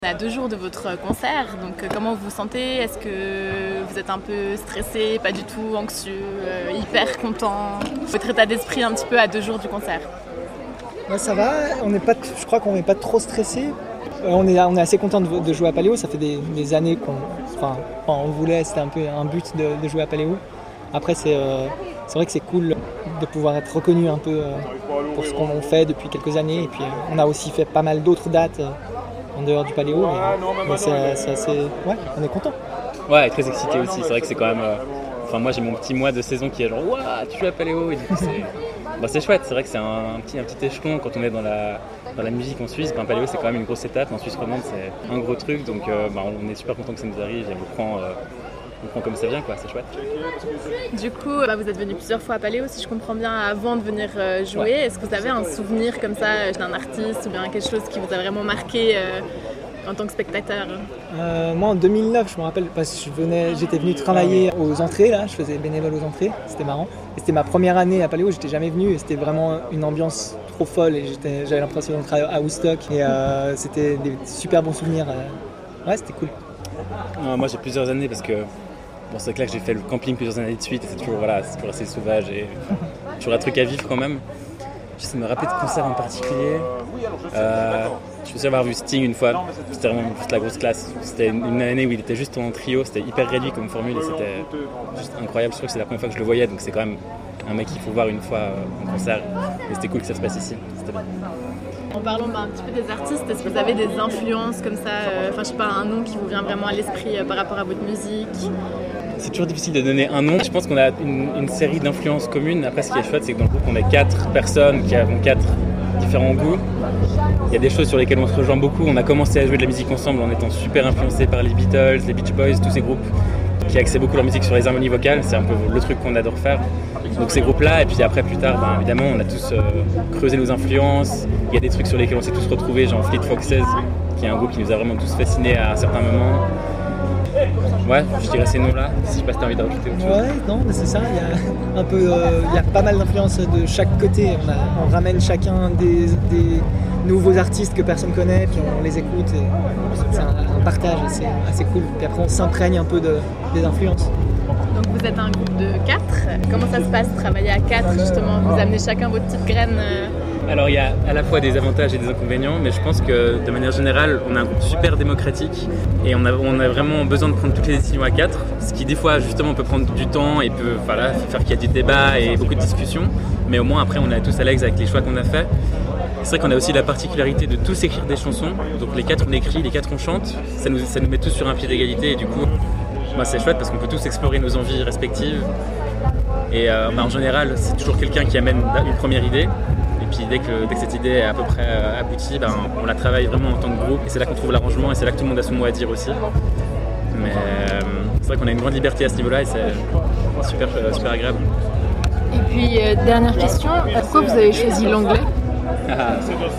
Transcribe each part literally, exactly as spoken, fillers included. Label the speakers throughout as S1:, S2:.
S1: On est à deux jours de votre concert, donc comment vous vous sentez? Est-ce que vous êtes un peu stressé, pas du tout, anxieux, euh, hyper content? Votre état d'esprit un petit peu à deux jours du concert?
S2: Ouais, ça va, on n'est pas, je crois qu'on n'est pas trop stressé. Euh, on, est, on est assez content de, de jouer à Paléo, ça fait des, des années qu'on enfin, on voulait, c'était un peu un but de, de jouer à Paléo. Après c'est, euh, c'est vrai que c'est cool de pouvoir être reconnu un peu euh, pour ce qu'on fait depuis quelques années. Et puis euh, on a aussi fait pas mal d'autres dates euh, en dehors du Paléo, mais, mais c'est, c'est assez... Ouais, on est content.
S3: Ouais, très excité aussi, c'est vrai que c'est quand même... Euh... Enfin moi j'ai mon petit mois de saison qui est genre « Waouh, tu joues à Paléo !» et du coup c'est... Bah, c'est chouette, c'est vrai que c'est un, un, petit, un petit échelon quand on est dans la, dans la musique en Suisse. Ben, Paléo c'est quand même une grosse étape, en Suisse romande c'est un gros truc, donc euh, bah, on est super content que ça nous arrive et on le prend, euh, on le prend comme ça vient, quoi, c'est chouette.
S1: Du coup, bah, vous êtes venu plusieurs fois à Paléo, si je comprends bien, avant de venir euh, jouer. Ouais. Est-ce que vous avez un souvenir comme ça d'un artiste ou bien quelque chose qui vous a vraiment marqué euh, en tant que spectateur?
S2: euh, Moi en deux mille neuf, je me rappelle, parce que je venais, j'étais venu travailler aux entrées, là, je faisais bénévole aux entrées, c'était marrant. Et c'était ma première année à Paléo, j'étais jamais venu et c'était vraiment une ambiance trop folle et j'étais, j'avais l'impression d'entrer à Woodstock et euh, c'était des super bons souvenirs. Ouais, c'était cool.
S3: Non, moi j'ai plusieurs années parce que bon, c'est clair que j'ai fait le camping plusieurs années de suite et c'est toujours, voilà, c'est toujours assez sauvage et toujours un truc à vivre quand même. J'essaie de me rappeler de concerts en particulier. Euh, je me souviens avoir vu Sting une fois, c'était vraiment juste la grosse classe. C'était une année où il était juste en trio, c'était hyper réduit comme formule et c'était juste incroyable. Je trouve que c'est la première fois que je le voyais, donc c'est quand même un mec qu'il faut voir une fois en concert. Et c'était cool que ça se passe ici, c'était bien.
S1: En parlant bah, un petit peu des artistes, est-ce que vous avez des influences comme ça, enfin euh, je sais pas, un nom qui vous vient vraiment à l'esprit euh, par rapport à votre musique?
S3: C'est toujours difficile de donner un nom. Je pense qu'on a une, une série d'influences communes. Après, ce qui est chouette, c'est que dans le groupe, on est quatre personnes qui avons quatre différents goûts. Il y a des choses sur lesquelles on se rejoint beaucoup. On a commencé à jouer de la musique ensemble en étant super influencés par les Beatles, les Beach Boys, tous ces groupes qui axaient beaucoup leur musique sur les harmonies vocales. C'est un peu le truc qu'on adore faire. Donc ces groupes-là, et puis après, plus tard, ben, évidemment, on a tous euh, creusé nos influences. Il y a des trucs sur lesquels on s'est tous retrouvés, genre Fleet Foxes, qui est un groupe qui nous a vraiment tous fascinés à un certain moment. Ouais, je dirais ces noms-là, si je sais pas si t'as envie de rajouter autre chose.
S2: Ouais, non, mais c'est ça, il y a un peu, euh, il y a pas mal d'influences de chaque côté. On, a, on ramène chacun des, des nouveaux artistes que personne connaît, puis on les écoute, et c'est un, un partage assez, assez cool. Puis après on s'imprègne un peu de, des influences.
S1: Donc vous êtes un groupe de quatre, comment ça se passe, travailler à quatre justement? Vous amenez chacun votre petite graine euh...
S3: Alors il y a à la fois des avantages et des inconvénients, mais je pense que de manière générale, on a un groupe super démocratique et on a, on a vraiment besoin de prendre toutes les décisions à quatre, ce qui des fois justement peut prendre du temps et peut voilà, faire qu'il y a du débat et beaucoup de discussions, mais au moins après on est tous à l'aise avec les choix qu'on a faits. C'est vrai qu'on a aussi la particularité de tous écrire des chansons, donc les quatre on écrit, les quatre on chante, ça nous, ça nous met tous sur un pied d'égalité et du coup moi, c'est chouette parce qu'on peut tous explorer nos envies respectives et euh, bah, en général c'est toujours quelqu'un qui amène une première idée. Et puis dès que, dès que cette idée est à peu près aboutie, ben, on la travaille vraiment en tant que groupe et c'est là qu'on trouve l'arrangement et c'est là que tout le monde a son mot à dire aussi. Mais euh, c'est vrai qu'on a une grande liberté à ce niveau-là et c'est super, super agréable.
S1: Et puis euh, dernière question, pourquoi vous avez choisi l'anglais?
S2: ah,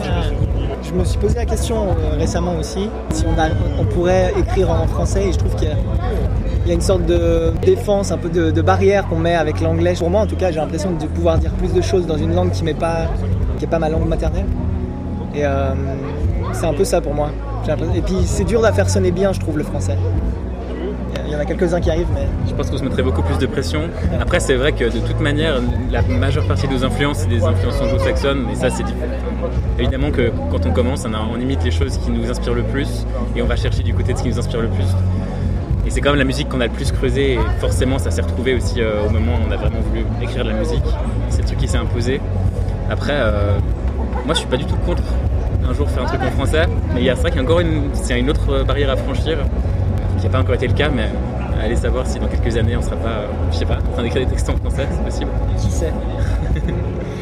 S2: Je me suis posé la question euh, récemment aussi, si on, a, on pourrait écrire en français et je trouve qu'il y a, il y a une sorte de défense, un peu de, de barrière qu'on met avec l'anglais. Pour moi en tout cas j'ai l'impression de pouvoir dire plus de choses dans une langue qui n'est pas, qui est pas ma langue maternelle. Et euh, c'est un peu ça pour moi. Et puis c'est dur de la faire sonner bien je trouve le français. Il y en a quelques-uns qui arrivent, mais...
S3: Je pense qu'on se mettrait beaucoup plus de pression. Après, c'est vrai que de toute manière, la majeure partie de nos influences, c'est des influences anglo-saxonnes, et ça, c'est différent. Évidemment que quand on commence, on, a, on imite les choses qui nous inspirent le plus, et on va chercher du côté de ce qui nous inspire le plus. Et c'est quand même la musique qu'on a le plus creusée, et forcément, ça s'est retrouvé aussi euh, au moment où on a vraiment voulu écrire de la musique. C'est le truc qui s'est imposé. Après, euh, moi, je suis pas du tout contre un jour faire un truc en français, mais il y a, c'est vrai qu'il y a encore une, c'est une autre barrière à franchir. Qui n'a pas encore été le cas, mais allez savoir si dans quelques années on sera pas, euh, je sais pas, en train d'écrire des textes en français, c'est possible.
S2: Qui sait.